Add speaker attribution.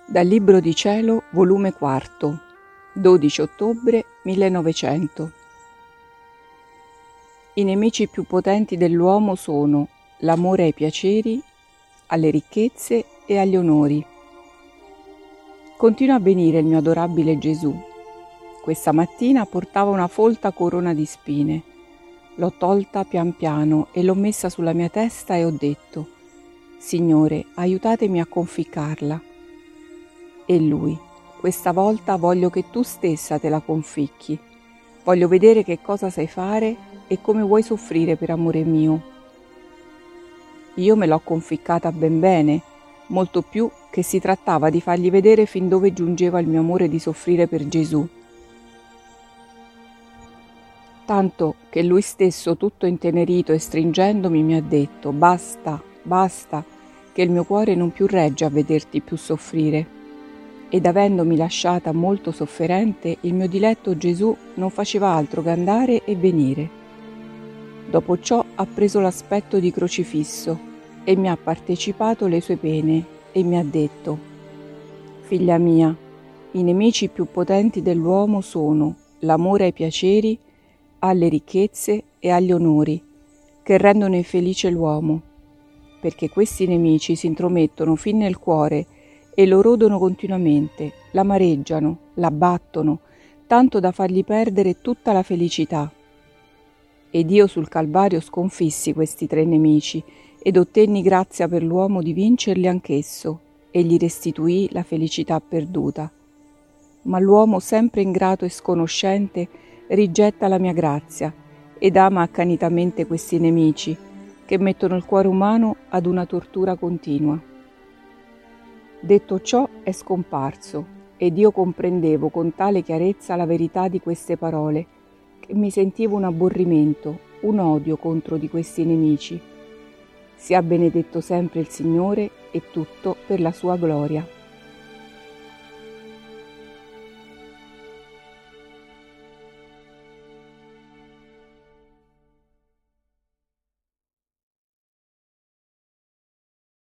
Speaker 1: Dal Libro di Cielo, volume 4, 12 ottobre 1900. I nemici più potenti dell'uomo sono l'amore ai piaceri, alle ricchezze e agli onori. Continua a venire il mio adorabile Gesù. Questa mattina portava una folta corona di spine. L'ho tolta pian piano e l'ho messa sulla mia testa e ho detto: Signore, aiutatemi a conficcarla. E lui: questa volta voglio che tu stessa te la conficchi. Voglio vedere che cosa sai fare e come vuoi soffrire per amore mio. Io me l'ho conficcata ben bene, molto più che si trattava di fargli vedere fin dove giungeva il mio amore di soffrire per Gesù. Tanto che lui stesso, tutto intenerito e stringendomi, mi ha detto: basta, basta, che il mio cuore non più regge a vederti più soffrire. Ed avendomi lasciata molto sofferente, il mio diletto Gesù non faceva altro che andare e venire. Dopo ciò ha preso l'aspetto di crocifisso e mi ha partecipato le sue pene e mi ha detto: Figlia mia, i nemici più potenti dell'uomo sono l'amore ai piaceri, alle ricchezze e agli onori, che rendono infelice l'uomo, perché questi nemici si intromettono fin nel cuore e lo rodono continuamente, l'amareggiano, l'abbattono, tanto da fargli perdere tutta la felicità. Ed io sul Calvario sconfissi questi tre nemici ed ottenni grazia per l'uomo di vincerli anch'esso e gli restituì la felicità perduta. Ma l'uomo, sempre ingrato e sconoscente, rigetta la mia grazia ed ama accanitamente questi nemici che mettono il cuore umano ad una tortura continua. Detto ciò è scomparso ed io comprendevo con tale chiarezza la verità di queste parole che mi sentivo un aborrimento, un odio contro di questi nemici. Sia benedetto sempre il Signore e tutto per la sua gloria.